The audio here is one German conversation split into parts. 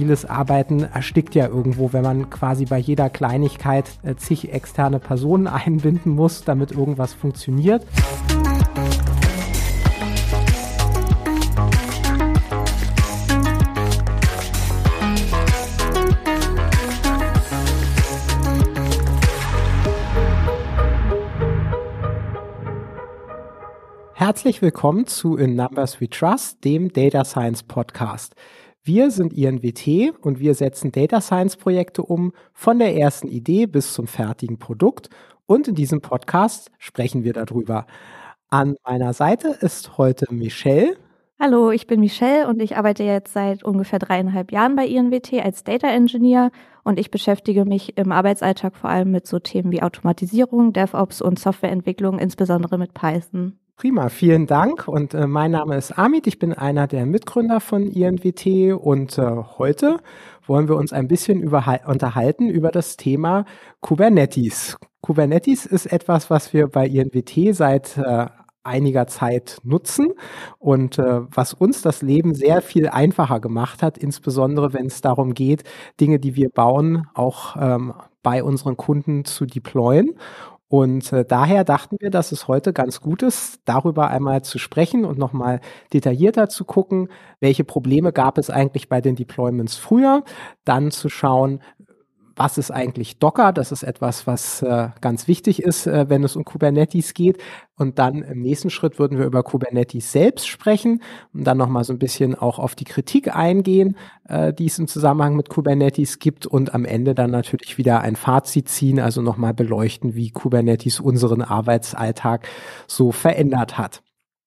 agiles Arbeiten erstickt ja irgendwo, wenn man quasi bei jeder Kleinigkeit zig externe Personen einbinden muss, damit irgendwas funktioniert. Herzlich willkommen zu In Numbers We Trust, dem Data Science Podcast. Wir sind INWT und wir setzen Data Science Projekte um, von der ersten Idee bis zum fertigen Produkt. Und in diesem Podcast sprechen wir darüber. An meiner Seite ist heute Michelle. Hallo, ich bin Michelle und ich arbeite jetzt seit ungefähr 3,5 Jahren bei INWT als Data Engineer und ich beschäftige mich im Arbeitsalltag vor allem mit so Themen wie Automatisierung, DevOps und Softwareentwicklung, insbesondere mit Python. Prima, vielen Dank. Und mein Name ist Amit, ich bin einer der Mitgründer von INWT und heute wollen wir uns ein bisschen unterhalten über das Thema Kubernetes. Kubernetes ist etwas, was wir bei INWT seit einiger Zeit nutzen und was uns das Leben sehr viel einfacher gemacht hat, insbesondere wenn es darum geht, Dinge, die wir bauen, auch bei unseren Kunden zu deployen. Und daher dachten wir, dass es heute ganz gut ist, darüber einmal zu sprechen und nochmal detaillierter zu gucken, welche Probleme gab es eigentlich bei den Deployments früher, dann zu schauen, was ist eigentlich Docker? Das ist etwas, was ganz wichtig ist, wenn es um Kubernetes geht. Und dann im nächsten Schritt würden wir über Kubernetes selbst sprechen und dann nochmal so ein bisschen auch auf die Kritik eingehen, die es im Zusammenhang mit Kubernetes gibt und am Ende dann natürlich wieder ein Fazit ziehen, also nochmal beleuchten, wie Kubernetes unseren Arbeitsalltag so verändert hat.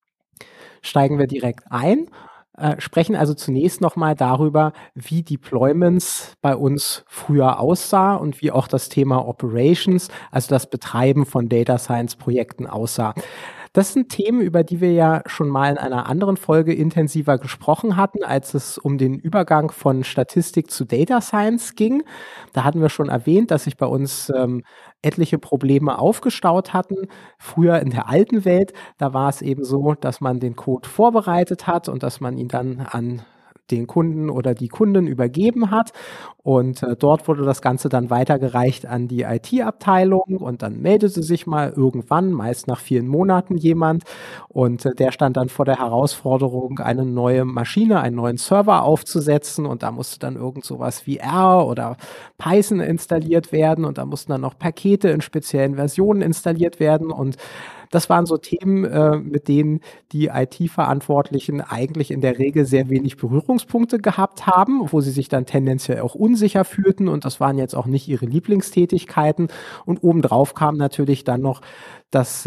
Steigen wir direkt ein. Sprechen also zunächst nochmal darüber, wie Deployments bei uns früher aussah und wie auch das Thema Operations, also das Betreiben von Data Science Projekten aussah. Das sind Themen, über die wir ja schon mal in einer anderen Folge intensiver gesprochen hatten, als es um den Übergang von Statistik zu Data Science ging. Da hatten wir schon erwähnt, dass sich bei uns etliche Probleme aufgestaut hatten. Früher in der alten Welt, da war es eben so, dass man den Code vorbereitet hat und dass man ihn dann an den Kunden oder die Kunden übergeben hat und dort wurde das Ganze dann weitergereicht an die IT-Abteilung und dann meldete sich mal irgendwann, meist nach vielen Monaten jemand und der stand dann vor der Herausforderung, eine neue Maschine, einen neuen Server aufzusetzen und da musste dann irgend sowas wie R oder Python installiert werden und da mussten dann noch Pakete in speziellen Versionen installiert werden und das waren so Themen, mit denen die IT-Verantwortlichen eigentlich in der Regel sehr wenig Berührungspunkte gehabt haben, wo sie sich dann tendenziell auch unsicher fühlten und das waren jetzt auch nicht ihre Lieblingstätigkeiten. Und obendrauf kam natürlich dann noch, dass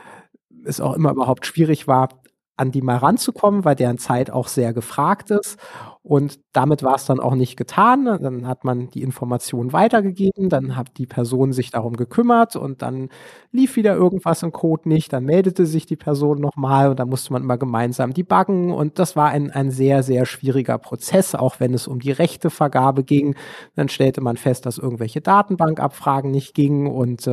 es auch immer überhaupt schwierig war, an die mal ranzukommen, weil deren Zeit auch sehr gefragt ist. Und damit war es dann auch nicht getan. Dann hat man die Information weitergegeben, dann hat die Person sich darum gekümmert und dann lief wieder irgendwas im Code nicht. Dann meldete sich die Person nochmal und dann musste man immer gemeinsam debuggen. Und das war ein sehr, sehr schwieriger Prozess, auch wenn es um die Rechtevergabe ging. Dann stellte man fest, dass irgendwelche Datenbankabfragen nicht gingen und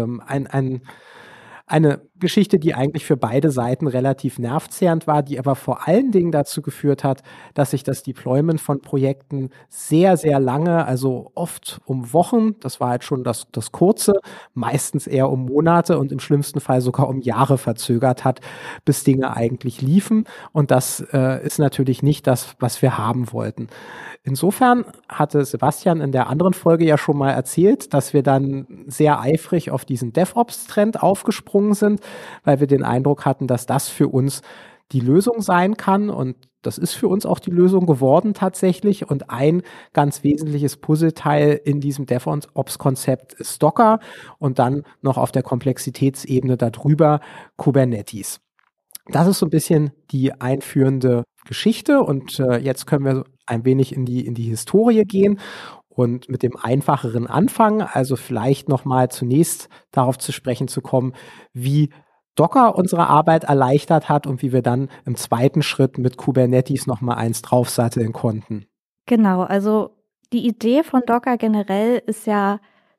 eine Geschichte, die eigentlich für beide Seiten relativ nervzehrend war, die aber vor allen Dingen dazu geführt hat, dass sich das Deployment von Projekten sehr, sehr lange, also oft um Wochen, das war halt schon das Kurze, meistens eher um Monate und im schlimmsten Fall sogar um Jahre verzögert hat, bis Dinge eigentlich liefen. Und das ist natürlich nicht das, was wir haben wollten. Insofern hatte Sebastian in der anderen Folge ja schon mal erzählt, dass wir dann sehr eifrig auf diesen DevOps-Trend aufgesprungen sind, weil wir den Eindruck hatten, dass das für uns die Lösung sein kann und das ist für uns auch die Lösung geworden tatsächlich und ein ganz wesentliches Puzzleteil in diesem DevOps-Konzept ist Docker und dann noch auf der Komplexitätsebene darüber Kubernetes. Das ist so ein bisschen die einführende Geschichte und jetzt können wir ein wenig in die Historie gehen und mit dem einfacheren Anfang, also vielleicht nochmal zunächst darauf zu sprechen zu kommen, wie Docker unsere Arbeit erleichtert hat und wie wir dann im zweiten Schritt mit Kubernetes nochmal eins draufsatteln konnten. Genau, also die Idee von Docker generell ist ja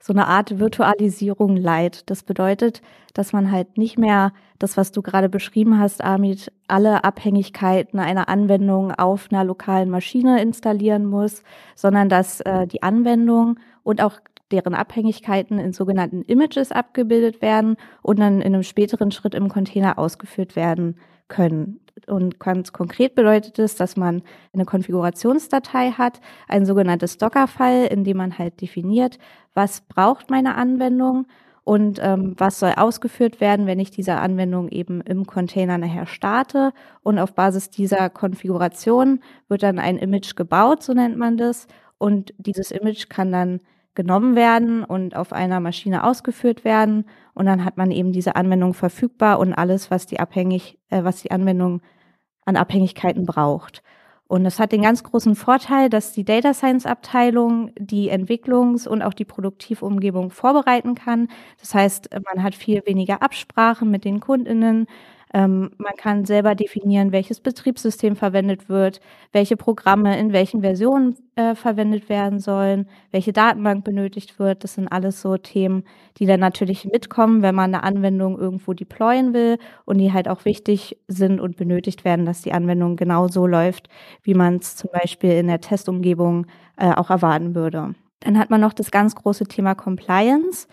so eine Art Virtualisierung light. Das bedeutet, dass man halt nicht mehr das, was du gerade beschrieben hast, Amit, alle Abhängigkeiten einer Anwendung auf einer lokalen Maschine installieren muss, sondern dass die Anwendung und auch deren Abhängigkeiten in sogenannten Images abgebildet werden und dann in einem späteren Schritt im Container ausgeführt werden können. Und ganz konkret bedeutet es, dass man eine Konfigurationsdatei hat, ein sogenanntes Docker-File, in dem man halt definiert, was braucht meine Anwendung und was soll ausgeführt werden, wenn ich diese Anwendung eben im Container nachher starte. Und auf Basis dieser Konfiguration wird dann ein Image gebaut, so nennt man das. Und dieses Image kann dann genommen werden und auf einer Maschine ausgeführt werden. Und dann hat man eben diese Anwendung verfügbar und alles, was die Anwendung an Abhängigkeiten braucht. Und das hat den ganz großen Vorteil, dass die Data Science Abteilung die Entwicklungs- und auch die Produktivumgebung vorbereiten kann. Das heißt, man hat viel weniger Absprache mit den KundInnen. Man kann selber definieren, welches Betriebssystem verwendet wird, welche Programme in welchen Versionen verwendet werden sollen, welche Datenbank benötigt wird. Das sind alles so Themen, die dann natürlich mitkommen, wenn man eine Anwendung irgendwo deployen will und die halt auch wichtig sind und benötigt werden, dass die Anwendung genau so läuft, wie man es zum Beispiel in der Testumgebung auch erwarten würde. Dann hat man noch das ganz große Thema Compliance.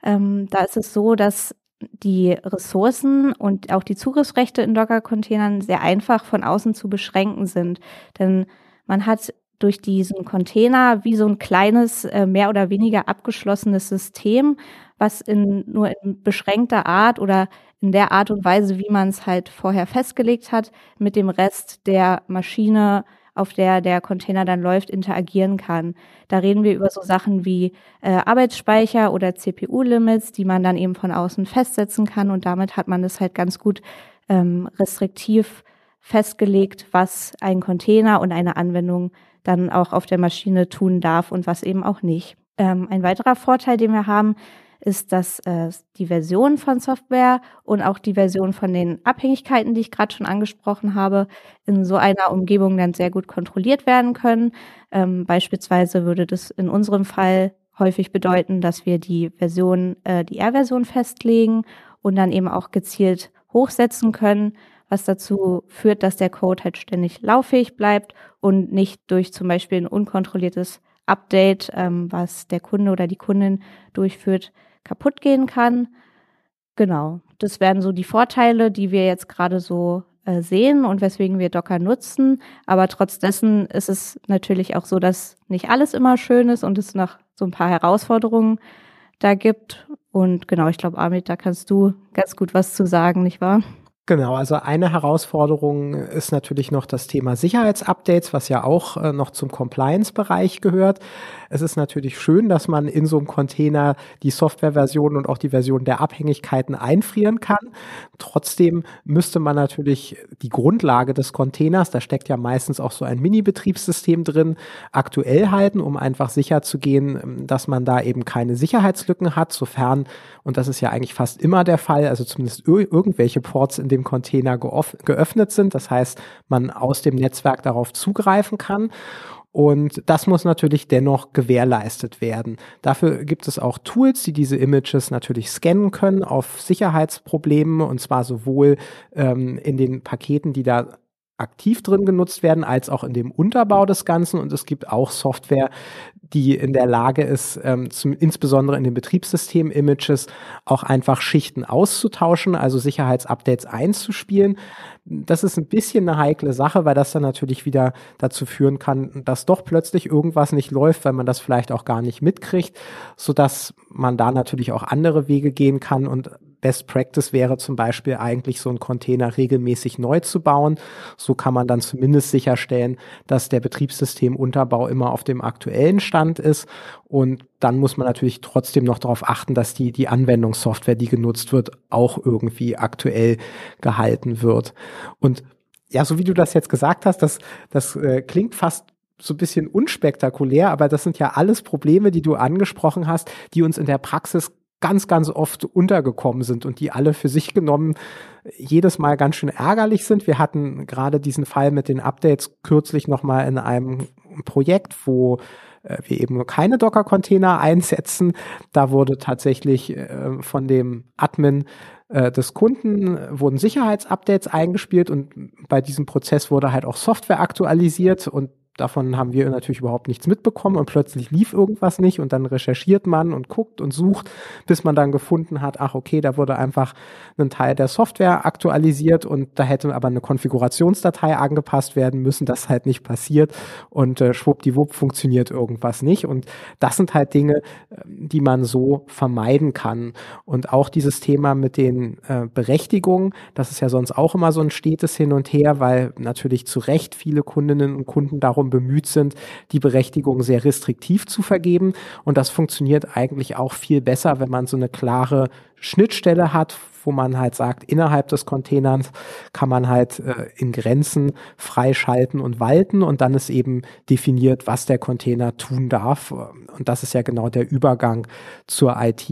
Da ist es so, dass die Ressourcen und auch die Zugriffsrechte in Docker-Containern sehr einfach von außen zu beschränken sind. Denn man hat durch diesen Container wie so ein kleines, mehr oder weniger abgeschlossenes System, was nur in beschränkter Art oder in der Art und Weise, wie man es halt vorher festgelegt hat, mit dem Rest der Maschine, auf der Container dann läuft, interagieren kann. Da reden wir über so Sachen wie Arbeitsspeicher oder CPU-Limits, die man dann eben von außen festsetzen kann. Und damit hat man das halt ganz gut restriktiv festgelegt, was ein Container und eine Anwendung dann auch auf der Maschine tun darf und was eben auch nicht. Ein weiterer Vorteil, den wir haben, ist, dass die Version von Software und auch die Version von den Abhängigkeiten, die ich gerade schon angesprochen habe, in so einer Umgebung dann sehr gut kontrolliert werden können. Beispielsweise würde das in unserem Fall häufig bedeuten, dass wir die R-Version festlegen und dann eben auch gezielt hochsetzen können, was dazu führt, dass der Code halt ständig lauffähig bleibt und nicht durch zum Beispiel ein unkontrolliertes Update, was der Kunde oder die Kundin durchführt, kaputt gehen kann. Genau, das wären so die Vorteile, die wir jetzt gerade so sehen und weswegen wir Docker nutzen. Aber trotz dessen ist es natürlich auch so, dass nicht alles immer schön ist und es noch so ein paar Herausforderungen da gibt. Und genau, ich glaube, Amit, da kannst du ganz gut was zu sagen, nicht wahr? Genau, also eine Herausforderung ist natürlich noch das Thema Sicherheitsupdates, was ja auch noch zum Compliance-Bereich gehört. Es ist natürlich schön, dass man in so einem Container die Softwareversion und auch die Version der Abhängigkeiten einfrieren kann. Trotzdem müsste man natürlich die Grundlage des Containers, da steckt ja meistens auch so ein Mini-Betriebssystem drin, aktuell halten, um einfach sicher zu gehen, dass man da eben keine Sicherheitslücken hat, sofern, und das ist ja eigentlich fast immer der Fall, also zumindest irgendwelche Ports in dem Container geöffnet sind. Das heißt, man aus dem Netzwerk darauf zugreifen kann. Und das muss natürlich dennoch gewährleistet werden. Dafür gibt es auch Tools, die diese Images natürlich scannen können auf Sicherheitsprobleme, und zwar sowohl in den Paketen, die da aktiv drin genutzt werden, als auch in dem Unterbau des Ganzen. Und es gibt auch Software, die in der Lage ist, insbesondere in den Betriebssystem-Images auch einfach Schichten auszutauschen, also Sicherheitsupdates einzuspielen. Das ist ein bisschen eine heikle Sache, weil das dann natürlich wieder dazu führen kann, dass doch plötzlich irgendwas nicht läuft, weil man das vielleicht auch gar nicht mitkriegt, sodass man da natürlich auch andere Wege gehen kann. Und Best Practice wäre zum Beispiel eigentlich, so einen Container regelmäßig neu zu bauen. So kann man dann zumindest sicherstellen, dass der Betriebssystemunterbau immer auf dem aktuellen Stand ist. Und dann muss man natürlich trotzdem noch darauf achten, dass die Anwendungssoftware, die genutzt wird, auch irgendwie aktuell gehalten wird. Und ja, so wie du das jetzt gesagt hast, das klingt fast so ein bisschen unspektakulär, aber das sind ja alles Probleme, die du angesprochen hast, die uns in der Praxis ganz, ganz oft untergekommen sind und die alle für sich genommen jedes Mal ganz schön ärgerlich sind. Wir hatten gerade diesen Fall mit den Updates kürzlich nochmal in einem Projekt, wo wir eben nur keine Docker-Container einsetzen. Da wurde tatsächlich von dem Admin des Kunden wurden Sicherheitsupdates eingespielt und bei diesem Prozess wurde halt auch Software aktualisiert und davon haben wir natürlich überhaupt nichts mitbekommen und plötzlich lief irgendwas nicht und dann recherchiert man und guckt und sucht, bis man dann gefunden hat, ach okay, da wurde einfach ein Teil der Software aktualisiert und da hätte aber eine Konfigurationsdatei angepasst werden müssen, das ist halt nicht passiert und schwuppdiwupp funktioniert irgendwas nicht und das sind halt Dinge, die man so vermeiden kann und auch dieses Thema mit den Berechtigungen, das ist ja sonst auch immer so ein stetes Hin und Her, weil natürlich zu Recht viele Kundinnen und Kunden darum bemüht sind, die Berechtigung sehr restriktiv zu vergeben. Und das funktioniert eigentlich auch viel besser, wenn man so eine klare Schnittstelle hat, wo man halt sagt, innerhalb des Containers kann man halt in Grenzen freischalten und walten und dann ist eben definiert, was der Container tun darf. Und das ist ja genau der Übergang zur IT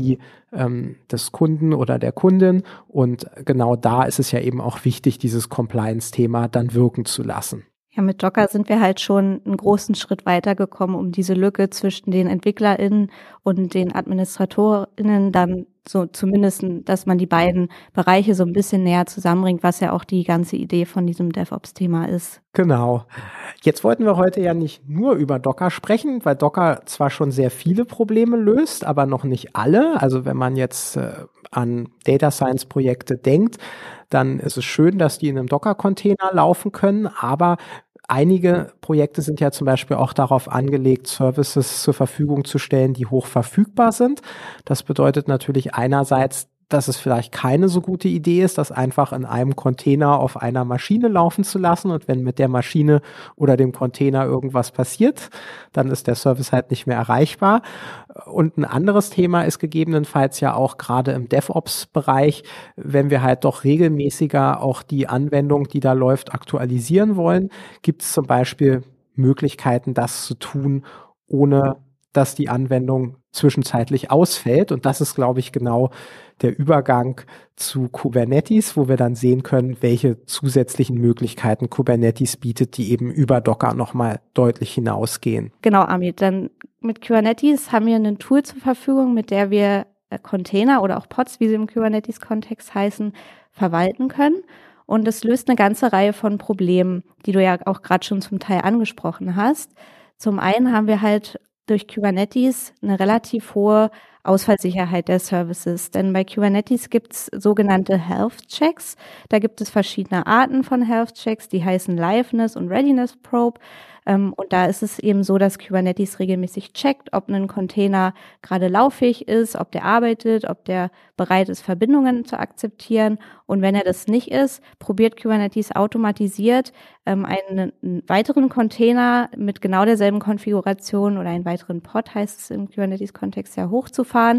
des Kunden oder der Kundin. Und genau da ist es ja eben auch wichtig, dieses Compliance-Thema dann wirken zu lassen. Ja, mit Docker sind wir halt schon einen großen Schritt weitergekommen, um diese Lücke zwischen den EntwicklerInnen und den AdministratorInnen dann so zumindest, dass man die beiden Bereiche so ein bisschen näher zusammenbringt, was ja auch die ganze Idee von diesem DevOps-Thema ist. Genau. Jetzt wollten wir heute ja nicht nur über Docker sprechen, weil Docker zwar schon sehr viele Probleme löst, aber noch nicht alle. Also wenn man jetzt an Data Science Projekte denkt, dann ist es schön, dass die in einem Docker-Container laufen können, aber einige Projekte sind ja zum Beispiel auch darauf angelegt, Services zur Verfügung zu stellen, die hoch verfügbar sind. Das bedeutet natürlich einerseits, dass es vielleicht keine so gute Idee ist, das einfach in einem Container auf einer Maschine laufen zu lassen und wenn mit der Maschine oder dem Container irgendwas passiert, dann ist der Service halt nicht mehr erreichbar. Und ein anderes Thema ist gegebenenfalls ja auch gerade im DevOps-Bereich, wenn wir halt doch regelmäßiger auch die Anwendung, die da läuft, aktualisieren wollen, gibt es zum Beispiel Möglichkeiten, das zu tun, ohne dass die Anwendung zwischenzeitlich ausfällt. Und das ist, glaube ich, genau der Übergang zu Kubernetes, wo wir dann sehen können, welche zusätzlichen Möglichkeiten Kubernetes bietet, die eben über Docker nochmal deutlich hinausgehen. Genau, Amit. Dann mit Kubernetes haben wir ein Tool zur Verfügung, mit der wir Container oder auch Pods, wie sie im Kubernetes-Kontext heißen, verwalten können. Und es löst eine ganze Reihe von Problemen, die du ja auch gerade schon zum Teil angesprochen hast. Zum einen haben wir halt durch Kubernetes eine relativ hohe Ausfallsicherheit der Services. Denn bei Kubernetes gibt es sogenannte Health Checks. Da gibt es verschiedene Arten von Health Checks, die heißen Liveness und Readiness Probe. Und da ist es eben so, dass Kubernetes regelmäßig checkt, ob ein Container gerade lauffähig ist, ob der arbeitet, ob der bereit ist, Verbindungen zu akzeptieren. Und wenn er das nicht ist, probiert Kubernetes automatisiert einen weiteren Container mit genau derselben Konfiguration oder einen weiteren Pod, heißt es im Kubernetes-Kontext ja, hochzufahren.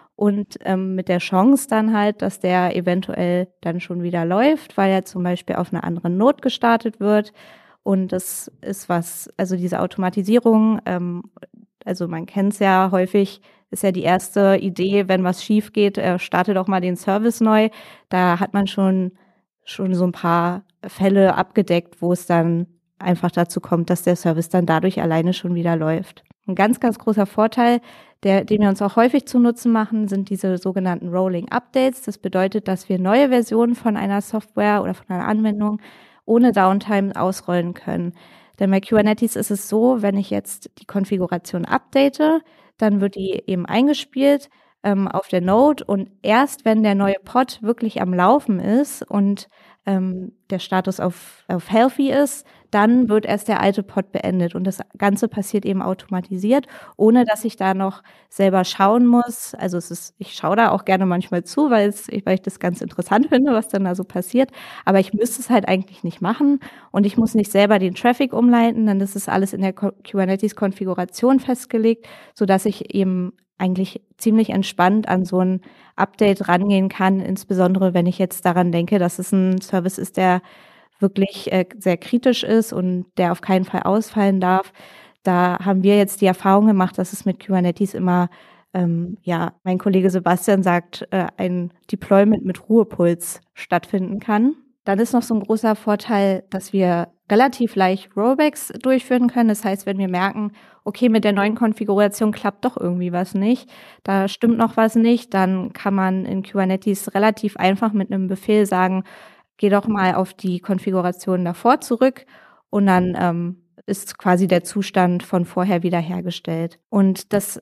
Und mit der Chance dann halt, dass der eventuell dann schon wieder läuft, weil er zum Beispiel auf einer anderen Node gestartet wird. Und das ist was, also diese Automatisierung, also man kennt es ja häufig, ist ja die erste Idee, wenn was schief geht, starte doch mal den Service neu. Da hat man schon so ein paar Fälle abgedeckt, wo es dann einfach dazu kommt, dass der Service dann dadurch alleine schon wieder läuft. Ein ganz, ganz großer Vorteil, den wir uns auch häufig zu Nutzen machen, sind diese sogenannten Rolling Updates. Das bedeutet, dass wir neue Versionen von einer Software oder von einer Anwendung ohne Downtime ausrollen können. Denn bei Kubernetes ist es so, wenn ich jetzt die Konfiguration update, dann wird die eben eingespielt auf der Node und erst wenn der neue Pod wirklich am Laufen ist und der Status auf Healthy ist, dann wird erst der alte Pod beendet und das Ganze passiert eben automatisiert, ohne dass ich da noch selber schauen muss. Also ich schaue da auch gerne manchmal zu, weil ich das ganz interessant finde, was dann da so passiert, aber ich müsste es halt eigentlich nicht machen und ich muss nicht selber den Traffic umleiten, denn das ist alles in der Kubernetes-Konfiguration festgelegt, sodass ich eben eigentlich ziemlich entspannt an so ein Update rangehen kann, insbesondere wenn ich jetzt daran denke, dass es ein Service ist, der wirklich sehr kritisch ist und der auf keinen Fall ausfallen darf. Da haben wir jetzt die Erfahrung gemacht, dass es mit Kubernetes immer, mein Kollege Sebastian sagt, ein Deployment mit Ruhepuls stattfinden kann. Dann ist noch so ein großer Vorteil, dass wir relativ leicht Rollbacks durchführen können. Das heißt, wenn wir merken, okay, mit der neuen Konfiguration klappt doch irgendwie was nicht, da stimmt noch was nicht, dann kann man in Kubernetes relativ einfach mit einem Befehl sagen, geh doch mal auf die Konfiguration davor zurück und dann ist quasi der Zustand von vorher wiederhergestellt. Und das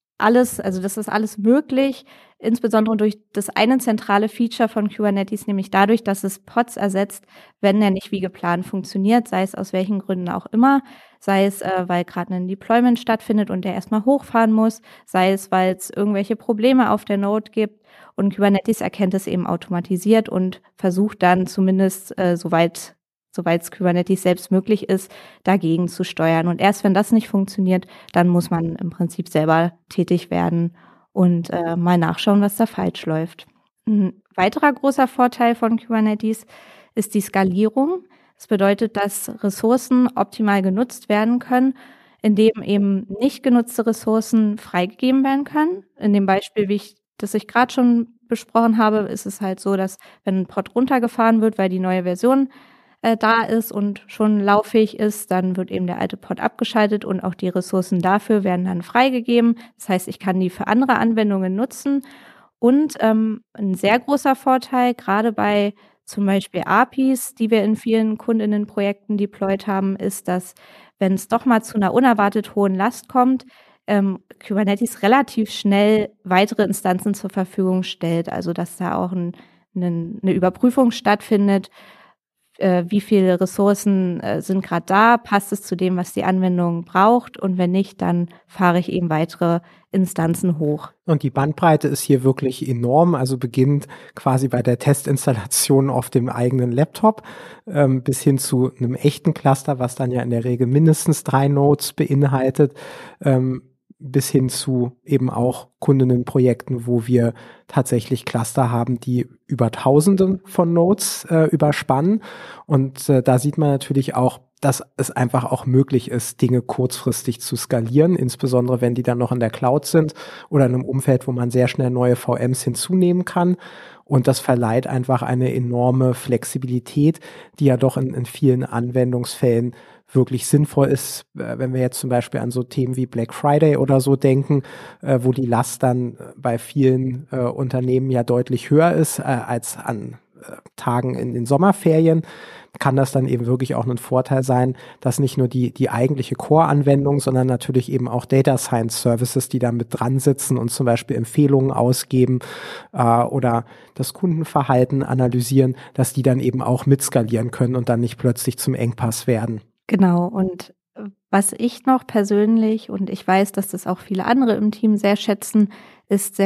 ist alles möglich, insbesondere durch das eine zentrale Feature von Kubernetes, nämlich dadurch, dass es Pods ersetzt, wenn der nicht wie geplant funktioniert, sei es aus welchen Gründen auch immer, sei es, weil gerade ein Deployment stattfindet und der erstmal hochfahren muss, sei es, weil es irgendwelche Probleme auf der Node gibt. Und Kubernetes erkennt es eben automatisiert und versucht dann zumindest, soweit es Kubernetes selbst möglich ist, dagegen zu steuern. Und erst wenn das nicht funktioniert, dann muss man im Prinzip selber tätig werden und mal nachschauen, was da falsch läuft. Ein weiterer großer Vorteil von Kubernetes ist die Skalierung. Das bedeutet, dass Ressourcen optimal genutzt werden können, indem eben nicht genutzte Ressourcen freigegeben werden können. In dem Beispiel, das ich gerade schon besprochen habe, ist es halt so, dass wenn ein Pod runtergefahren wird, weil die neue Version da ist und schon lauffähig ist, dann wird eben der alte Pod abgeschaltet und auch die Ressourcen dafür werden dann freigegeben. Das heißt, ich kann die für andere Anwendungen nutzen. Und ein sehr großer Vorteil, gerade bei zum Beispiel APIs, die wir in vielen KundInnenprojekten deployed haben, ist, dass, wenn es doch mal zu einer unerwartet hohen Last kommt, Kubernetes relativ schnell weitere Instanzen zur Verfügung stellt. Also dass da auch eine Überprüfung stattfindet, wie viele Ressourcen sind gerade da, passt es zu dem, was die Anwendung braucht, und wenn nicht, dann fahre ich eben weitere Instanzen hoch. Und die Bandbreite ist hier wirklich enorm, also beginnt quasi bei der Testinstallation auf dem eigenen Laptop bis hin zu einem echten Cluster, was dann ja in der Regel mindestens 3 Nodes beinhaltet, bis hin zu eben auch Kundinnenprojekten, wo wir tatsächlich Cluster haben, die über Tausende von Nodes überspannen. Und da sieht man natürlich auch, dass es einfach auch möglich ist, Dinge kurzfristig zu skalieren, insbesondere wenn die dann noch in der Cloud sind oder in einem Umfeld, wo man sehr schnell neue VMs hinzunehmen kann. Und das verleiht einfach eine enorme Flexibilität, die ja doch in vielen Anwendungsfällen wirklich sinnvoll ist, wenn wir jetzt zum Beispiel an so Themen wie Black Friday oder so denken, wo die Last dann bei vielen Unternehmen ja deutlich höher ist als an Tagen in den Sommerferien, kann das dann eben wirklich auch ein Vorteil sein, dass nicht nur die eigentliche Core-Anwendung, sondern natürlich eben auch Data Science Services, die da mit dran sitzen und zum Beispiel Empfehlungen ausgeben oder das Kundenverhalten analysieren, dass die dann eben auch mitskalieren können und dann nicht plötzlich zum Engpass werden. Genau, und was ich noch persönlich, und ich weiß, dass das auch viele andere im Team sehr schätzen, ist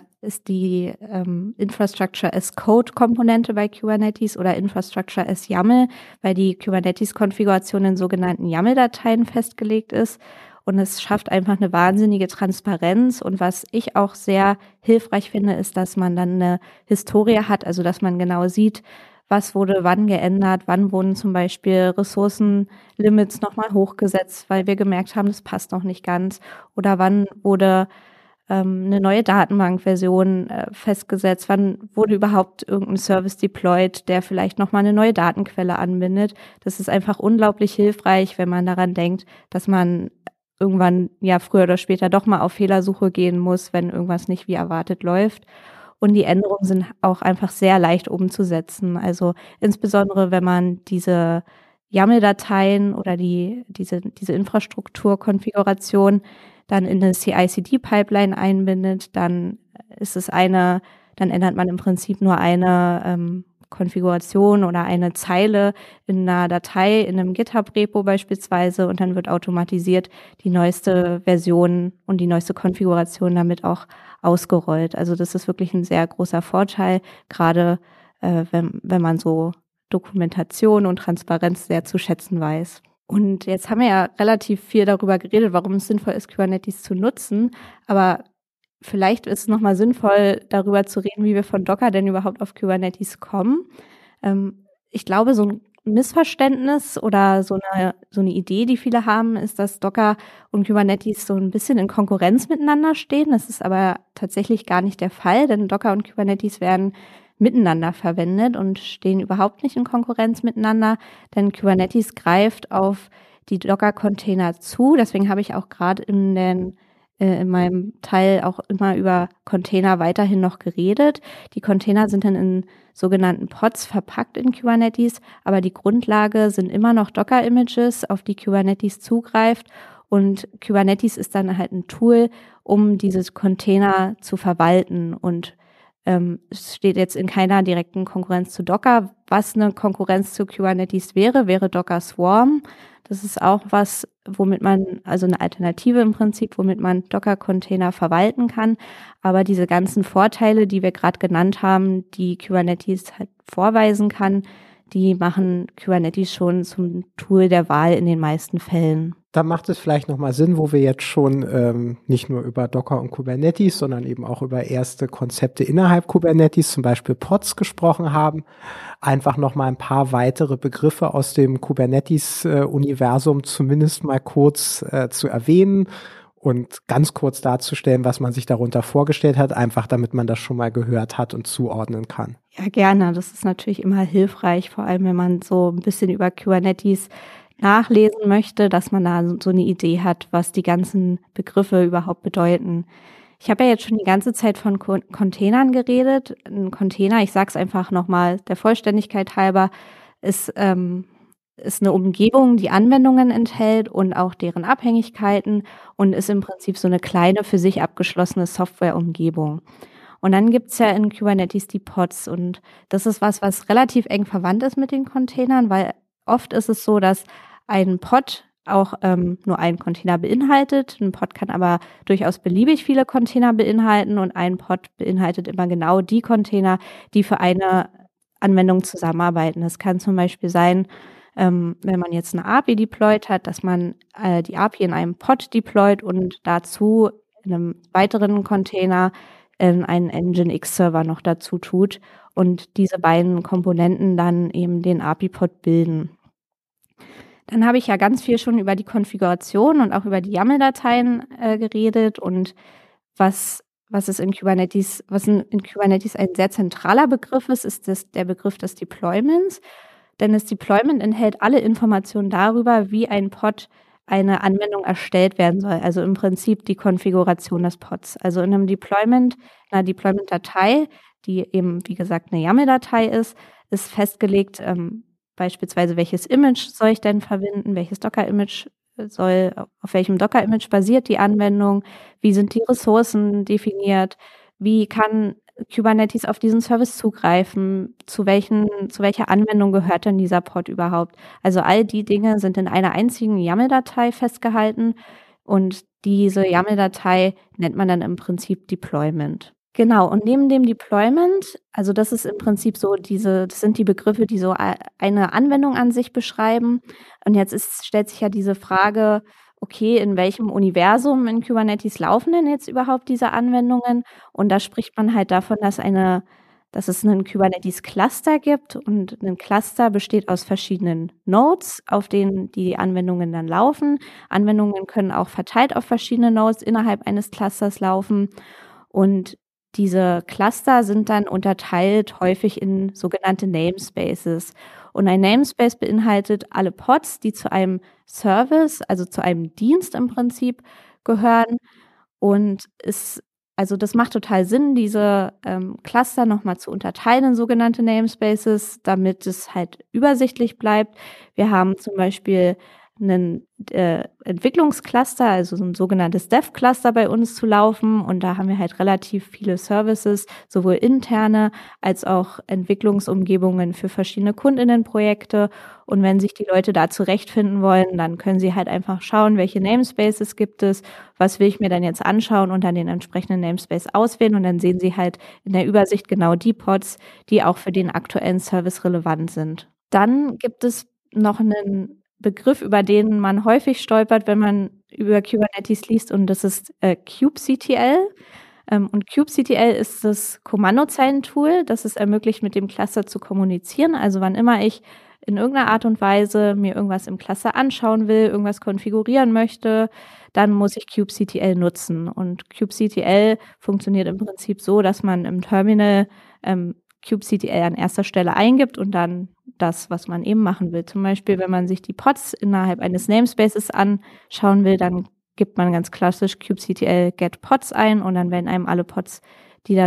die Infrastructure as Code-Komponente bei Kubernetes oder Infrastructure as YAML, weil die Kubernetes-Konfiguration in sogenannten YAML-Dateien festgelegt ist. Und es schafft einfach eine wahnsinnige Transparenz. Und was ich auch sehr hilfreich finde, ist, dass man dann eine Historie hat, also dass man genau sieht, was wurde wann geändert, wann wurden zum Beispiel Ressourcenlimits nochmal hochgesetzt, weil wir gemerkt haben, das passt noch nicht ganz. Oder wann wurde eine neue Datenbankversion festgesetzt, wann wurde überhaupt irgendein Service deployed, der vielleicht nochmal eine neue Datenquelle anbindet. Das ist einfach unglaublich hilfreich, wenn man daran denkt, dass man irgendwann ja früher oder später doch mal auf Fehlersuche gehen muss, wenn irgendwas nicht wie erwartet läuft. Und die Änderungen sind auch einfach sehr leicht umzusetzen. Also insbesondere, wenn man diese YAML-Dateien oder diese Infrastrukturkonfiguration dann in eine CI/CD-Pipeline einbindet, dann ändert man im Prinzip nur eine Konfiguration oder eine Zeile in einer Datei, in einem GitHub-Repo beispielsweise, und dann wird automatisiert die neueste Version und die neueste Konfiguration damit auch ausgerollt. Also das ist wirklich ein sehr großer Vorteil, gerade wenn man so Dokumentation und Transparenz sehr zu schätzen weiß. Und jetzt haben wir ja relativ viel darüber geredet, warum es sinnvoll ist, Kubernetes zu nutzen, aber vielleicht ist es nochmal sinnvoll, darüber zu reden, wie wir von Docker denn überhaupt auf Kubernetes kommen. Ich glaube, so ein Missverständnis oder so eine Idee, die viele haben, ist, dass Docker und Kubernetes so ein bisschen in Konkurrenz miteinander stehen. Das ist aber tatsächlich gar nicht der Fall, denn Docker und Kubernetes werden miteinander verwendet und stehen überhaupt nicht in Konkurrenz miteinander, denn Kubernetes greift auf die Docker-Container zu. Deswegen habe ich auch gerade in meinem Teil auch immer über Container weiterhin noch geredet. Die Container sind dann in sogenannten Pods verpackt in Kubernetes, aber die Grundlage sind immer noch Docker-Images, auf die Kubernetes zugreift. Und Kubernetes ist dann halt ein Tool, um dieses Container zu verwalten. Und es steht jetzt in keiner direkten Konkurrenz zu Docker. Was eine Konkurrenz zu Kubernetes wäre Docker Swarm. Das ist auch was, womit man, also eine Alternative im Prinzip, womit man Docker-Container verwalten kann. Aber diese ganzen Vorteile, die wir gerade genannt haben, die Kubernetes halt vorweisen kann, die machen Kubernetes schon zum Tool der Wahl in den meisten Fällen. Da macht es vielleicht nochmal Sinn, wo wir jetzt schon nicht nur über Docker und Kubernetes, sondern eben auch über erste Konzepte innerhalb Kubernetes, zum Beispiel Pods, gesprochen haben, einfach nochmal ein paar weitere Begriffe aus dem Kubernetes-Universum zumindest mal kurz zu erwähnen und ganz kurz darzustellen, was man sich darunter vorgestellt hat, einfach damit man das schon mal gehört hat und zuordnen kann. Ja, gerne. Das ist natürlich immer hilfreich, vor allem wenn man so ein bisschen über Kubernetes nachlesen möchte, dass man da so eine Idee hat, was die ganzen Begriffe überhaupt bedeuten. Ich habe ja jetzt schon die ganze Zeit von Containern geredet. Ein Container, ich sage es einfach nochmal der Vollständigkeit halber, ist eine Umgebung, die Anwendungen enthält und auch deren Abhängigkeiten und ist im Prinzip so eine kleine, für sich abgeschlossene Softwareumgebung. Und dann gibt's ja in Kubernetes die Pods und das ist was relativ eng verwandt ist mit den Containern, weil oft ist es so, dass ein Pod auch nur einen Container beinhaltet. Ein Pod kann aber durchaus beliebig viele Container beinhalten und ein Pod beinhaltet immer genau die Container, die für eine Anwendung zusammenarbeiten. Das kann zum Beispiel sein, wenn man jetzt eine API deployt hat, dass man die API in einem Pod deployt und dazu in einem weiteren Container einen Nginx-Server noch dazu tut und diese beiden Komponenten dann eben den API-Pod bilden. Dann habe ich ja ganz viel schon über die Konfiguration und auch über die YAML-Dateien geredet und was in Kubernetes ein sehr zentraler Begriff ist der Begriff des Deployments. Denn das Deployment enthält alle Informationen darüber, wie ein Pod eine Anwendung erstellt werden soll. Also im Prinzip die Konfiguration des Pods. Also in einem Deployment, einer Deployment-Datei, die eben, wie gesagt, eine YAML-Datei ist festgelegt, beispielsweise welches Image soll ich denn verwenden, welches Docker-Image auf welchem Docker-Image basiert die Anwendung, wie sind die Ressourcen definiert, wie kann Kubernetes auf diesen Service zugreifen, zu welcher Anwendung gehört denn dieser Pod überhaupt. Also all die Dinge sind in einer einzigen YAML-Datei festgehalten und diese YAML-Datei nennt man dann im Prinzip Deployment. Genau, und neben dem Deployment, also das ist im Prinzip so das sind die Begriffe, die so eine Anwendung an sich beschreiben. Und jetzt stellt sich ja diese Frage, okay, in welchem Universum in Kubernetes laufen denn jetzt überhaupt diese Anwendungen? Und da spricht man halt davon, dass es einen Kubernetes-Cluster gibt und ein Cluster besteht aus verschiedenen Nodes, auf denen die Anwendungen dann laufen. Anwendungen können auch verteilt auf verschiedene Nodes innerhalb eines Clusters laufen und diese Cluster sind dann unterteilt häufig in sogenannte Namespaces. Und ein Namespace beinhaltet alle Pods, die zu einem Service, also zu einem Dienst im Prinzip gehören. Und also das macht total Sinn, diese Cluster nochmal zu unterteilen in sogenannte Namespaces, damit es halt übersichtlich bleibt. Wir haben zum Beispiel einen Entwicklungscluster, also so ein sogenanntes Dev-Cluster bei uns zu laufen und da haben wir halt relativ viele Services, sowohl interne als auch Entwicklungsumgebungen für verschiedene KundInnenprojekte und wenn sich die Leute da zurechtfinden wollen, dann können sie halt einfach schauen, welche Namespaces gibt es, was will ich mir dann jetzt anschauen und dann den entsprechenden Namespace auswählen und dann sehen sie halt in der Übersicht genau die Pods, die auch für den aktuellen Service relevant sind. Dann gibt es noch einen Begriff, über den man häufig stolpert, wenn man über Kubernetes liest und das ist kubectl. Und kubectl ist das Kommandozeilentool, das es ermöglicht, mit dem Cluster zu kommunizieren. Also wann immer ich in irgendeiner Art und Weise mir irgendwas im Cluster anschauen will, irgendwas konfigurieren möchte, dann muss ich kubectl nutzen. Und kubectl funktioniert im Prinzip so, dass man im Terminal kubectl an erster Stelle eingibt und dann das, was man eben machen will. Zum Beispiel, wenn man sich die Pods innerhalb eines Namespaces anschauen will, dann gibt man ganz klassisch kubectl get Pods ein und dann werden einem alle Pods, die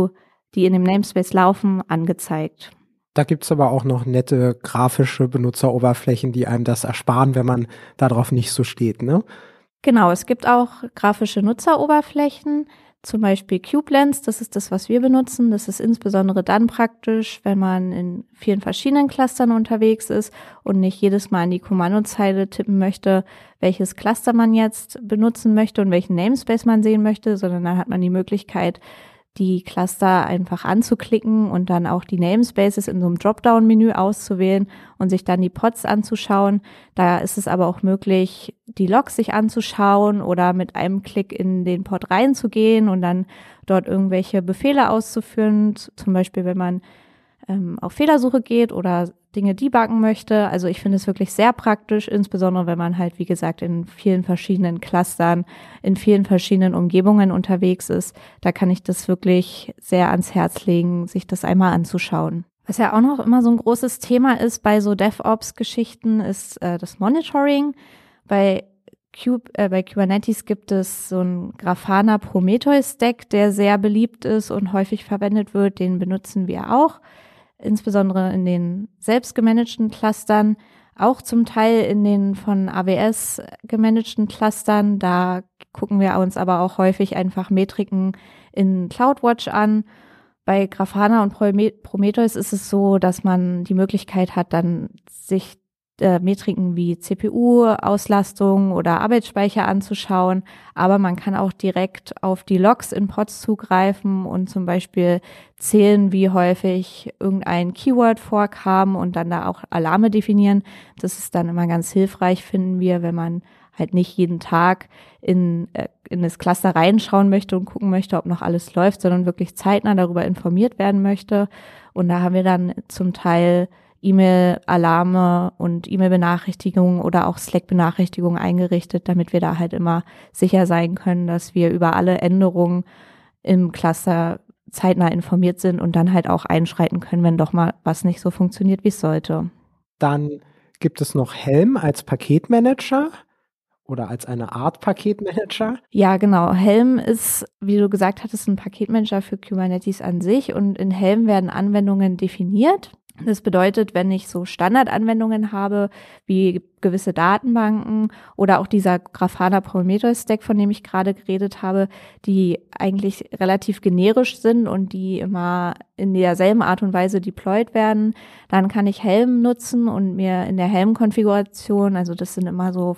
in dem Namespace laufen, angezeigt. Da gibt's aber auch noch nette grafische Benutzeroberflächen, die einem das ersparen, wenn man darauf nicht so steht, ne? Genau, es gibt auch grafische Nutzeroberflächen, zum Beispiel kubelens, das ist das, was wir benutzen. Das ist insbesondere dann praktisch, wenn man in vielen verschiedenen Clustern unterwegs ist und nicht jedes Mal in die Kommandozeile tippen möchte, welches Cluster man jetzt benutzen möchte und welchen Namespace man sehen möchte, sondern dann hat man die Möglichkeit, die Cluster einfach anzuklicken und dann auch die Namespaces in so einem Dropdown-Menü auszuwählen und sich dann die Pods anzuschauen. Da ist es aber auch möglich, die Logs sich anzuschauen oder mit einem Klick in den Pod reinzugehen und dann dort irgendwelche Befehle auszuführen, zum Beispiel wenn man auf Fehlersuche geht oder Dinge debuggen möchte. Also ich finde es wirklich sehr praktisch, insbesondere wenn man halt, wie gesagt, in vielen verschiedenen Clustern, in vielen verschiedenen Umgebungen unterwegs ist. Da kann ich das wirklich sehr ans Herz legen, sich das einmal anzuschauen. Was ja auch noch immer so ein großes Thema ist bei so DevOps-Geschichten, ist das Monitoring. Bei Kubernetes gibt es so einen Grafana Prometheus-Stack, der sehr beliebt ist und häufig verwendet wird. Den benutzen wir auch, insbesondere in den selbst gemanagten Clustern, auch zum Teil in den von AWS gemanagten Clustern. Da gucken wir uns aber auch häufig einfach Metriken in CloudWatch an. Bei Grafana und Prometheus ist es so, dass man die Möglichkeit hat, dann sich Metriken wie CPU-Auslastung oder Arbeitsspeicher anzuschauen, aber man kann auch direkt auf die Logs in Pods zugreifen und zum Beispiel zählen, wie häufig irgendein Keyword vorkam und dann da auch Alarme definieren. Das ist dann immer ganz hilfreich, finden wir, wenn man halt nicht jeden Tag in das Cluster reinschauen möchte und gucken möchte, ob noch alles läuft, sondern wirklich zeitnah darüber informiert werden möchte. Und da haben wir dann zum Teil E-Mail-Alarme und E-Mail-Benachrichtigungen oder auch Slack-Benachrichtigungen eingerichtet, damit wir da halt immer sicher sein können, dass wir über alle Änderungen im Cluster zeitnah informiert sind und dann halt auch einschreiten können, wenn doch mal was nicht so funktioniert, wie es sollte. Dann gibt es noch Helm als Paketmanager oder als eine Art Paketmanager. Ja, genau. Helm ist, wie du gesagt hattest, ein Paketmanager für Kubernetes an sich und in Helm werden Anwendungen definiert. Das bedeutet, wenn ich so Standardanwendungen habe, wie gewisse Datenbanken oder auch dieser Grafana Prometheus Stack, von dem ich gerade geredet habe, die eigentlich relativ generisch sind und die immer in derselben Art und Weise deployed werden, dann kann ich Helm nutzen und mir in der Helm-Konfiguration, also das sind immer so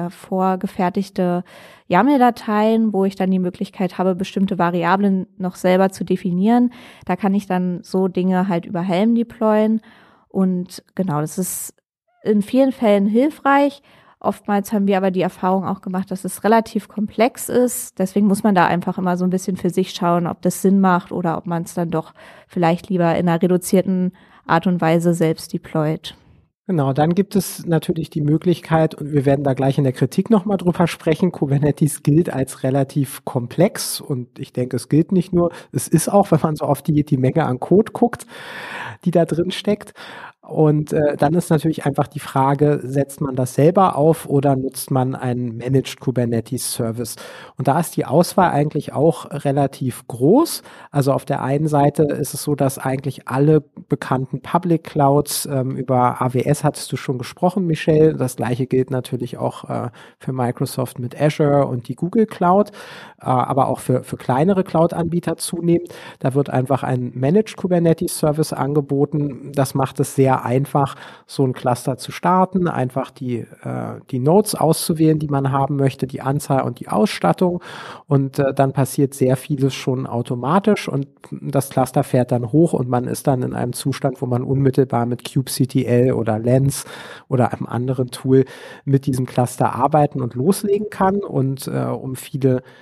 vorgefertigte YAML-Dateien, wo ich dann die Möglichkeit habe, bestimmte Variablen noch selber zu definieren. Da kann ich dann so Dinge halt über Helm deployen. Und genau, das ist in vielen Fällen hilfreich. Oftmals haben wir aber die Erfahrung auch gemacht, dass es relativ komplex ist. Deswegen muss man da einfach immer so ein bisschen für sich schauen, ob das Sinn macht oder ob man es dann doch vielleicht lieber in einer reduzierten Art und Weise selbst deployt. Genau, dann gibt es natürlich die Möglichkeit, und wir werden da gleich in der Kritik nochmal drüber sprechen, Kubernetes gilt als relativ komplex und ich denke, es gilt nicht nur, es ist auch, wenn man so auf die Menge an Code guckt, die da drin steckt. Und dann ist natürlich einfach die Frage, setzt man das selber auf oder nutzt man einen Managed Kubernetes Service? Und da ist die Auswahl eigentlich auch relativ groß. Also auf der einen Seite ist es so, dass eigentlich alle bekannten Public Clouds, über AWS hattest du schon gesprochen, Michelle. Das gleiche gilt natürlich auch für Microsoft mit Azure und die Google Cloud, aber auch für kleinere Cloud-Anbieter zunehmend. Da wird einfach ein Managed Kubernetes Service angeboten. Das macht es sehr einfach, so ein Cluster zu starten, einfach die Nodes auszuwählen, die man haben möchte, die Anzahl und die Ausstattung und dann passiert sehr vieles schon automatisch und das Cluster fährt dann hoch und man ist dann in einem Zustand, wo man unmittelbar mit kubectl oder Lens oder einem anderen Tool mit diesem Cluster arbeiten und loslegen kann und um viele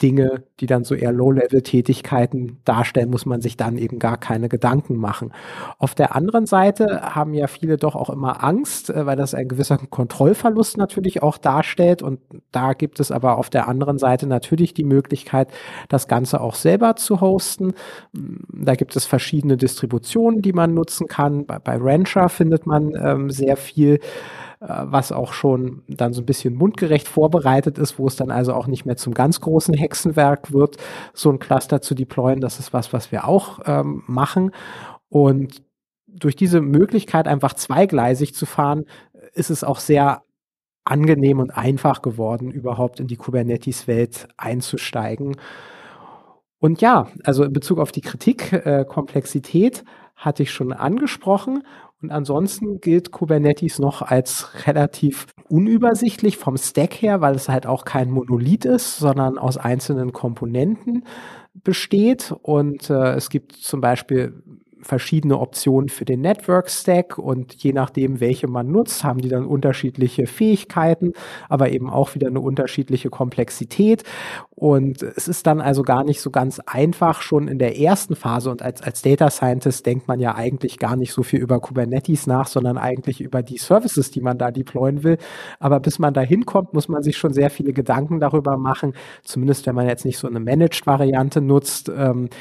Dinge, die dann so eher Low-Level-Tätigkeiten darstellen, muss man sich dann eben gar keine Gedanken machen. Auf der anderen Seite haben ja viele doch auch immer Angst, weil das ein gewisser Kontrollverlust natürlich auch darstellt. Und da gibt es aber auf der anderen Seite natürlich die Möglichkeit, das Ganze auch selber zu hosten. Da gibt es verschiedene Distributionen, die man nutzen kann. Bei Rancher findet man sehr viel, was auch schon dann so ein bisschen mundgerecht vorbereitet ist, wo es dann also auch nicht mehr zum ganz großen Hexenwerk wird, so ein Cluster zu deployen. Das ist was wir auch machen. Und durch diese Möglichkeit, einfach zweigleisig zu fahren, ist es auch sehr angenehm und einfach geworden, überhaupt in die Kubernetes-Welt einzusteigen. Und ja, also in Bezug auf die Kritik, Komplexität hatte ich schon angesprochen. Und ansonsten gilt Kubernetes noch als relativ unübersichtlich vom Stack her, weil es halt auch kein Monolith ist, sondern aus einzelnen Komponenten besteht. Und es gibt zum Beispiel verschiedene Optionen für den Network-Stack und je nachdem, welche man nutzt, haben die dann unterschiedliche Fähigkeiten, aber eben auch wieder eine unterschiedliche Komplexität. Und es ist dann also gar nicht so ganz einfach schon in der ersten Phase. Und als Data Scientist denkt man ja eigentlich gar nicht so viel über Kubernetes nach, sondern eigentlich über die Services, die man da deployen will. Aber bis man da hinkommt, muss man sich schon sehr viele Gedanken darüber machen, zumindest wenn man jetzt nicht so eine Managed-Variante nutzt,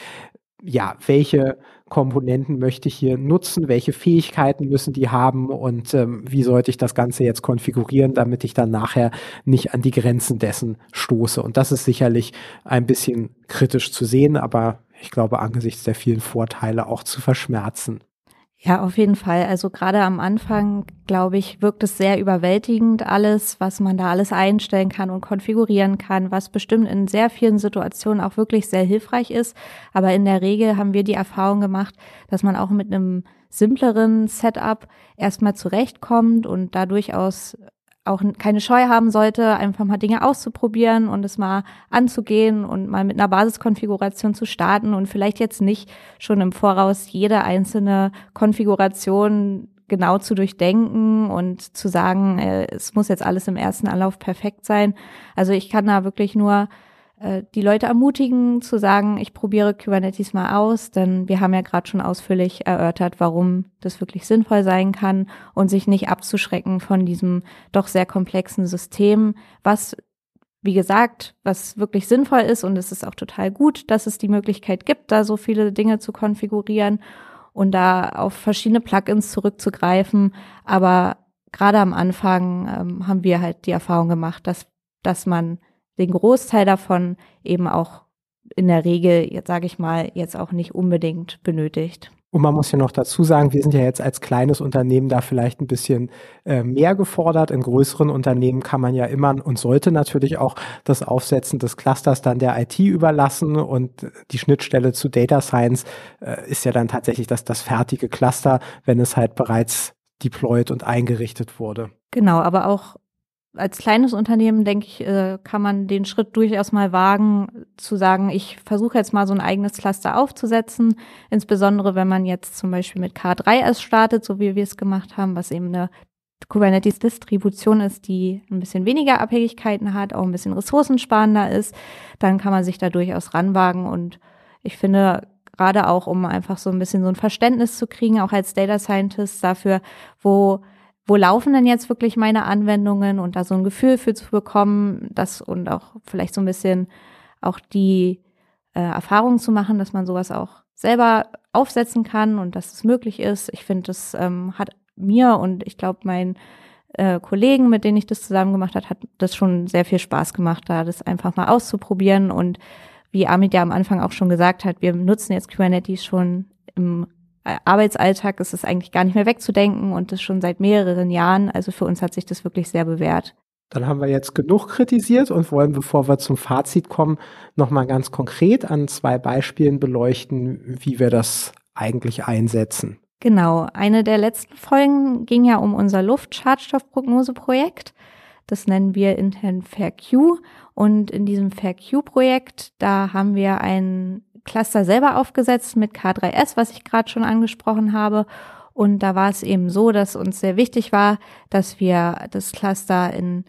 ja, welche Komponenten möchte ich hier nutzen, welche Fähigkeiten müssen die haben und wie sollte ich das Ganze jetzt konfigurieren, damit ich dann nachher nicht an die Grenzen dessen stoße. Und das ist sicherlich ein bisschen kritisch zu sehen, aber ich glaube, angesichts der vielen Vorteile auch zu verschmerzen. Ja, auf jeden Fall. Also gerade am Anfang, glaube ich, wirkt es sehr überwältigend alles, was man da alles einstellen kann und konfigurieren kann, was bestimmt in sehr vielen Situationen auch wirklich sehr hilfreich ist. Aber in der Regel haben wir die Erfahrung gemacht, dass man auch mit einem simpleren Setup erstmal zurechtkommt und da durchaus auch keine Scheu haben sollte, einfach mal Dinge auszuprobieren und es mal anzugehen und mal mit einer Basiskonfiguration zu starten und vielleicht jetzt nicht schon im Voraus jede einzelne Konfiguration genau zu durchdenken und zu sagen, es muss jetzt alles im ersten Anlauf perfekt sein. Also ich kann da wirklich nur die Leute ermutigen zu sagen, ich probiere Kubernetes mal aus, denn wir haben ja gerade schon ausführlich erörtert, warum das wirklich sinnvoll sein kann und sich nicht abzuschrecken von diesem doch sehr komplexen System, was, wie gesagt, was wirklich sinnvoll ist und es ist auch total gut, dass es die Möglichkeit gibt, da so viele Dinge zu konfigurieren und da auf verschiedene Plugins zurückzugreifen, aber gerade am Anfang haben wir halt die Erfahrung gemacht, dass man den Großteil davon eben auch in der Regel, jetzt sage ich mal, jetzt auch nicht unbedingt benötigt. Und man muss ja noch dazu sagen, wir sind ja jetzt als kleines Unternehmen da vielleicht ein bisschen mehr gefordert. In größeren Unternehmen kann man ja immer und sollte natürlich auch das Aufsetzen des Clusters dann der IT überlassen und die Schnittstelle zu Data Science ist ja dann tatsächlich das fertige Cluster, wenn es halt bereits deployed und eingerichtet wurde. Genau, aber auch als kleines Unternehmen, denke ich, kann man den Schritt durchaus mal wagen, zu sagen, ich versuche jetzt mal so ein eigenes Cluster aufzusetzen, insbesondere wenn man jetzt zum Beispiel mit K3s startet, so wie wir es gemacht haben, was eben eine Kubernetes-Distribution ist, die ein bisschen weniger Abhängigkeiten hat, auch ein bisschen ressourcensparender ist, dann kann man sich da durchaus ranwagen und ich finde, gerade auch, um einfach so ein bisschen so ein Verständnis zu kriegen, auch als Data Scientist dafür, wo laufen denn jetzt wirklich meine Anwendungen und da so ein Gefühl für zu bekommen, das und auch vielleicht so ein bisschen auch die Erfahrung zu machen, dass man sowas auch selber aufsetzen kann und dass es möglich ist. Ich finde, das hat mir und ich glaube meinen Kollegen, mit denen ich das zusammen gemacht habe, hat das schon sehr viel Spaß gemacht, da das einfach mal auszuprobieren und wie Amit ja am Anfang auch schon gesagt hat, wir nutzen jetzt Kubernetes schon im Arbeitsalltag, ist es eigentlich gar nicht mehr wegzudenken und das schon seit mehreren Jahren. Also für uns hat sich das wirklich sehr bewährt. Dann haben wir jetzt genug kritisiert und wollen, bevor wir zum Fazit kommen, nochmal ganz konkret an 2 Beispielen beleuchten, wie wir das eigentlich einsetzen. Genau. Eine der letzten Folgen ging ja um unser Luftschadstoffprognoseprojekt. Das nennen wir intern FAIR-Q. Und in diesem FAIR-Q-Projekt, da haben wir ein Cluster selber aufgesetzt mit K3s, was ich gerade schon angesprochen habe. Und da war es eben so, dass uns sehr wichtig war, dass wir das Cluster in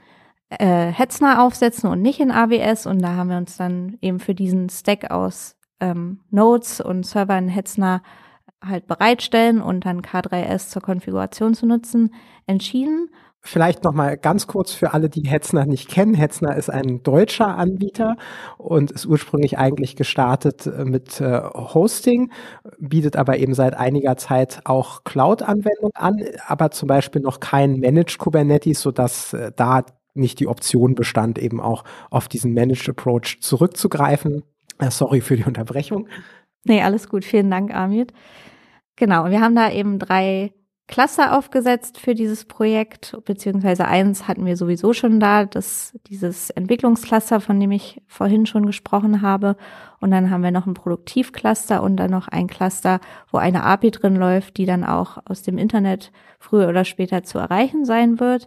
Hetzner aufsetzen und nicht in AWS. Und da haben wir uns dann eben für diesen Stack aus Nodes und Server in Hetzner halt bereitstellen und dann K3S zur Konfiguration zu nutzen, entschieden. Vielleicht noch mal ganz kurz für alle, die Hetzner nicht kennen. Hetzner ist ein deutscher Anbieter und ist ursprünglich eigentlich gestartet mit Hosting, bietet aber eben seit einiger Zeit auch Cloud-Anwendungen an, aber zum Beispiel noch kein Managed Kubernetes, sodass da nicht die Option bestand, eben auch auf diesen Managed Approach zurückzugreifen. Sorry für die Unterbrechung. Nee, alles gut. Vielen Dank, Amit. Genau, wir haben da eben 3 Cluster aufgesetzt für dieses Projekt, beziehungsweise eins hatten wir sowieso schon da, dieses Entwicklungscluster, von dem ich vorhin schon gesprochen habe. Und dann haben wir noch ein Produktivcluster und dann noch ein Cluster, wo eine API drin läuft, die dann auch aus dem Internet früher oder später zu erreichen sein wird.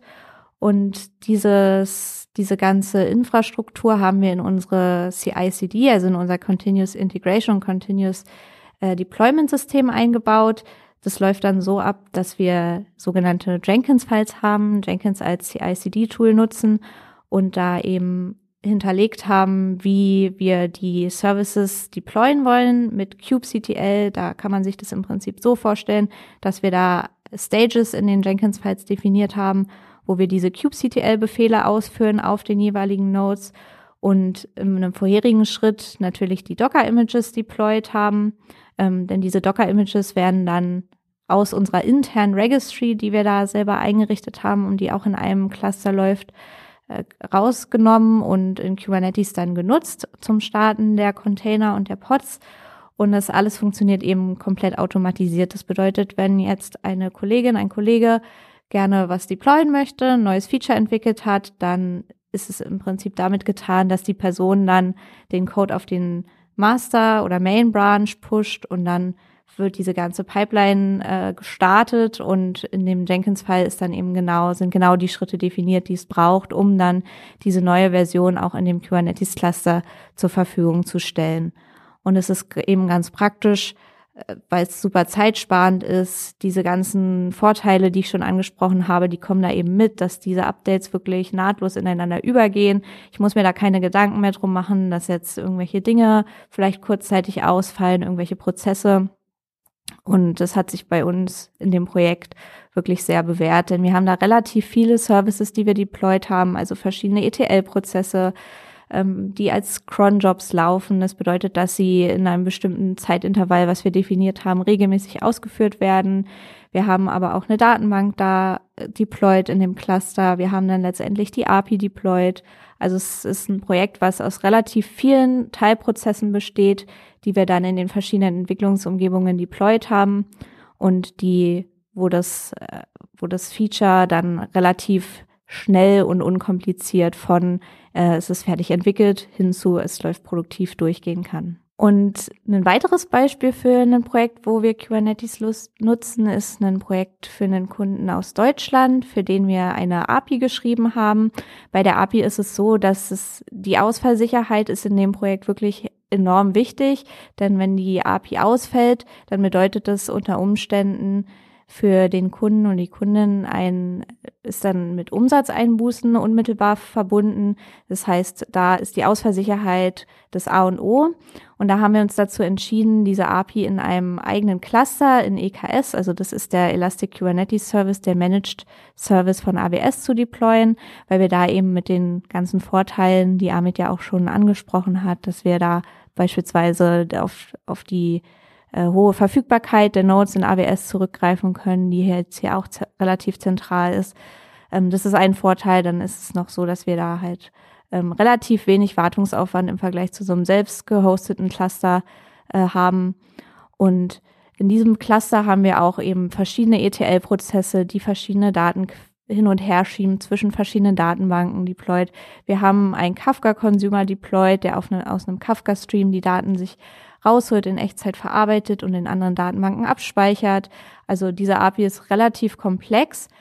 Und diese ganze Infrastruktur haben wir in unsere CI/CD, also in unser Continuous Integration, Continuous Deployment System eingebaut. Das läuft dann so ab, dass wir sogenannte Jenkins-Files haben, Jenkins als CI/CD-Tool nutzen und da eben hinterlegt haben, wie wir die Services deployen wollen mit kubectl. Da kann man sich das im Prinzip so vorstellen, dass wir da Stages in den Jenkins-Files definiert haben, wo wir diese kubectl-Befehle ausführen auf den jeweiligen Nodes und in einem vorherigen Schritt natürlich die Docker-Images deployed haben. Denn diese Docker-Images werden dann aus unserer internen Registry, die wir da selber eingerichtet haben und die auch in einem Cluster läuft, rausgenommen und in Kubernetes dann genutzt zum Starten der Container und der Pods. Und das alles funktioniert eben komplett automatisiert. Das bedeutet, wenn jetzt eine Kollegin, ein Kollege gerne was deployen möchte, ein neues Feature entwickelt hat, dann ist es im Prinzip damit getan, dass die Person dann den Code auf den Master oder Main Branch pusht und dann wird diese ganze Pipeline gestartet und in dem Jenkins-File ist dann eben sind genau die Schritte definiert, die es braucht, um dann diese neue Version auch in dem Kubernetes-Cluster zur Verfügung zu stellen. Und es ist eben ganz praktisch, weil es super zeitsparend ist. Diese ganzen Vorteile, die ich schon angesprochen habe, die kommen da eben mit, dass diese Updates wirklich nahtlos ineinander übergehen. Ich muss mir da keine Gedanken mehr drum machen, dass jetzt irgendwelche Dinge vielleicht kurzzeitig ausfallen, irgendwelche Prozesse. Und das hat sich bei uns in dem Projekt wirklich sehr bewährt, denn wir haben da relativ viele Services, die wir deployed haben, also verschiedene ETL-Prozesse, die als Cron-Jobs laufen. Das bedeutet, dass sie in einem bestimmten Zeitintervall, was wir definiert haben, regelmäßig ausgeführt werden. Wir haben aber auch eine Datenbank da deployed in dem Cluster. Wir haben dann letztendlich die API deployed. Also es ist ein Projekt, was aus relativ vielen Teilprozessen besteht, die wir dann in den verschiedenen Entwicklungsumgebungen deployed haben und wo das Feature dann relativ schnell und unkompliziert von es ist fertig entwickelt hinzu, es läuft produktiv durchgehen kann. Und ein weiteres Beispiel für ein Projekt, wo wir Kubernetes nutzen, ist ein Projekt für einen Kunden aus Deutschland, für den wir eine API geschrieben haben. Bei der API ist es so, dass die Ausfallsicherheit ist in dem Projekt wirklich enorm wichtig, denn wenn die API ausfällt, dann bedeutet das unter Umständen für den Kunden und die Kundin ist dann mit Umsatzeinbußen unmittelbar verbunden. Das heißt, da ist die Ausfallsicherheit das A und O. Und da haben wir uns dazu entschieden, diese API in einem eigenen Cluster in EKS, also das ist der Elastic Kubernetes Service, der Managed Service von AWS zu deployen, weil wir da eben mit den ganzen Vorteilen, die Amit ja auch schon angesprochen hat, dass wir da beispielsweise auf die hohe Verfügbarkeit der Nodes in AWS zurückgreifen können, die jetzt hier auch relativ zentral ist. Das ist ein Vorteil. Dann ist es noch so, dass wir da halt relativ wenig Wartungsaufwand im Vergleich zu so einem selbst gehosteten Cluster haben. Und in diesem Cluster haben wir auch eben verschiedene ETL-Prozesse, die verschiedene Daten hin und her schieben zwischen verschiedenen Datenbanken deployed. Wir haben einen Kafka-Consumer deployed, der aus einem Kafka-Stream die Daten sich rausholt, in Echtzeit verarbeitet und in anderen Datenbanken abspeichert. Also diese API ist relativ komplex,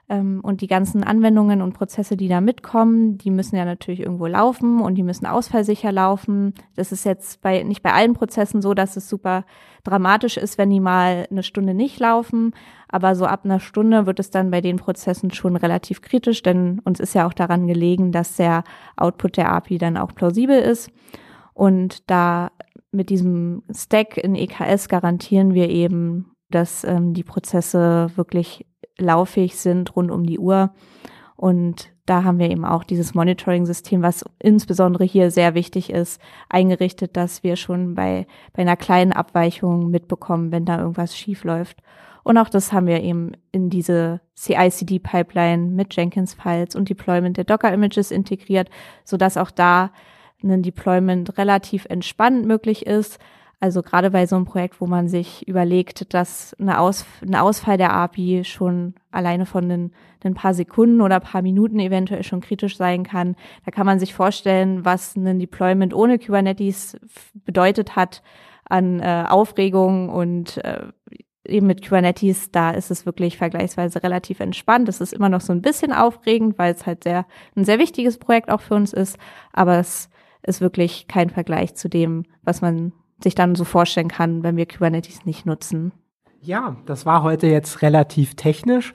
Und die ganzen Anwendungen und Prozesse, die da mitkommen, die müssen ja natürlich irgendwo laufen und die müssen ausfallsicher laufen. Das ist jetzt nicht bei allen Prozessen so, dass es super dramatisch ist, wenn die mal eine Stunde nicht laufen. Aber so ab einer Stunde wird es dann bei den Prozessen schon relativ kritisch, denn uns ist ja auch daran gelegen, dass der Output der API dann auch plausibel ist. Und da mit diesem Stack in EKS garantieren wir eben, dass die Prozesse wirklich lauffähig sind rund um die Uhr. Und da haben wir eben auch dieses Monitoring-System, was insbesondere hier sehr wichtig ist, eingerichtet, dass wir schon bei einer kleinen Abweichung mitbekommen, wenn da irgendwas schief läuft. Und auch das haben wir eben in diese CI/CD-Pipeline mit Jenkins-Files und Deployment der Docker-Images integriert, sodass auch da ein Deployment relativ entspannt möglich ist. Also gerade bei so einem Projekt, wo man sich überlegt, dass ein Ausfall der API schon alleine von ein paar Sekunden oder ein paar Minuten eventuell schon kritisch sein kann, da kann man sich vorstellen, was ein Deployment ohne Kubernetes bedeutet hat an Aufregung und eben mit Kubernetes, da ist es wirklich vergleichsweise relativ entspannt. Es ist immer noch so ein bisschen aufregend, weil es halt ein sehr wichtiges Projekt auch für uns ist, aber es ist wirklich kein Vergleich zu dem, was man sich dann so vorstellen kann, wenn wir Kubernetes nicht nutzen. Ja, das war heute jetzt relativ technisch.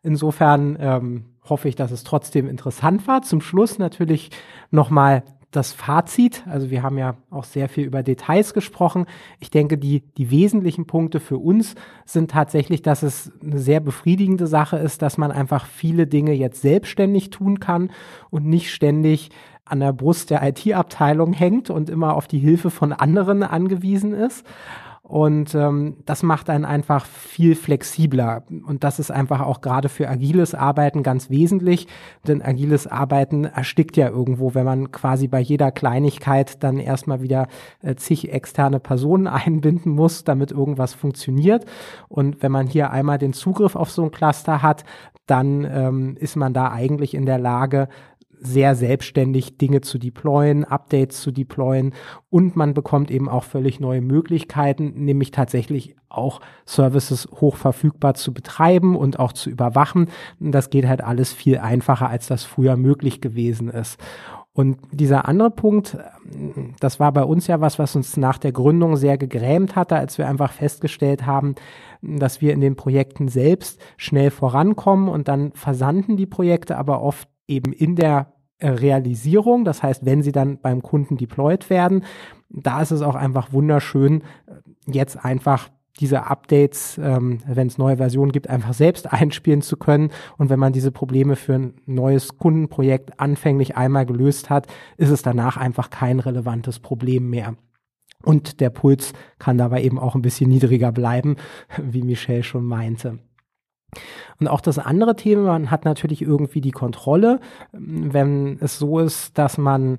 Insofern hoffe ich, dass es trotzdem interessant war. Zum Schluss natürlich nochmal das Fazit. Also wir haben ja auch sehr viel über Details gesprochen. Ich denke, die wesentlichen Punkte für uns sind tatsächlich, dass es eine sehr befriedigende Sache ist, dass man einfach viele Dinge jetzt selbstständig tun kann und nicht ständig an der Brust der IT-Abteilung hängt und immer auf die Hilfe von anderen angewiesen ist. Und das macht einen einfach viel flexibler. Und das ist einfach auch gerade für agiles Arbeiten ganz wesentlich. Denn agiles Arbeiten erstickt ja irgendwo, wenn man quasi bei jeder Kleinigkeit dann erstmal wieder zig externe Personen einbinden muss, damit irgendwas funktioniert. Und wenn man hier einmal den Zugriff auf so ein Cluster hat, dann ist man da eigentlich in der Lage, sehr selbstständig Dinge zu deployen, Updates zu deployen und man bekommt eben auch völlig neue Möglichkeiten, nämlich tatsächlich auch Services hoch verfügbar zu betreiben und auch zu überwachen. Das geht halt alles viel einfacher, als das früher möglich gewesen ist. Und dieser andere Punkt, das war bei uns ja was uns nach der Gründung sehr gegrämt hatte, als wir einfach festgestellt haben, dass wir in den Projekten selbst schnell vorankommen und dann versanden die Projekte aber oft eben in der Realisierung, das heißt, wenn sie dann beim Kunden deployed werden, da ist es auch einfach wunderschön, jetzt einfach diese Updates, wenn es neue Versionen gibt, einfach selbst einspielen zu können. Und wenn man diese Probleme für ein neues Kundenprojekt anfänglich einmal gelöst hat, ist es danach einfach kein relevantes Problem mehr. Und der Puls kann dabei eben auch ein bisschen niedriger bleiben, wie Michelle schon meinte. Und auch das andere Thema, man hat natürlich irgendwie die Kontrolle, wenn es so ist, dass man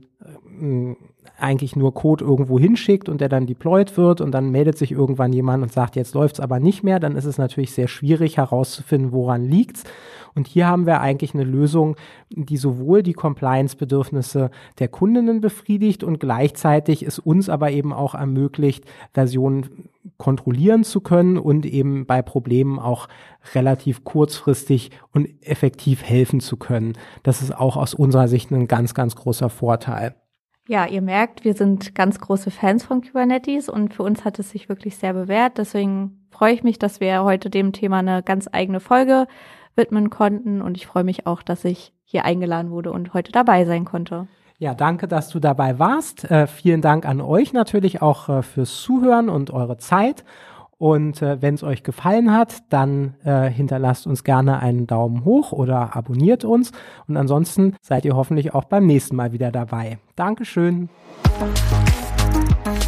eigentlich nur Code irgendwo hinschickt und der dann deployed wird und dann meldet sich irgendwann jemand und sagt, jetzt läuft's aber nicht mehr, dann ist es natürlich sehr schwierig herauszufinden, woran liegt's. Und hier haben wir eigentlich eine Lösung, die sowohl die Compliance-Bedürfnisse der Kundinnen befriedigt und gleichzeitig es uns aber eben auch ermöglicht, Versionen kontrollieren zu können und eben bei Problemen auch relativ kurzfristig und effektiv helfen zu können. Das ist auch aus unserer Sicht ein ganz, ganz großer Vorteil. Ja, ihr merkt, wir sind ganz große Fans von Kubernetes und für uns hat es sich wirklich sehr bewährt. Deswegen freue ich mich, dass wir heute dem Thema eine ganz eigene Folge widmen konnten und ich freue mich auch, dass ich hier eingeladen wurde und heute dabei sein konnte. Ja, danke, dass du dabei warst. Vielen Dank an euch natürlich auch fürs Zuhören und eure Zeit. Und wenn es euch gefallen hat, dann hinterlasst uns gerne einen Daumen hoch oder abonniert uns. Und ansonsten seid ihr hoffentlich auch beim nächsten Mal wieder dabei. Dankeschön.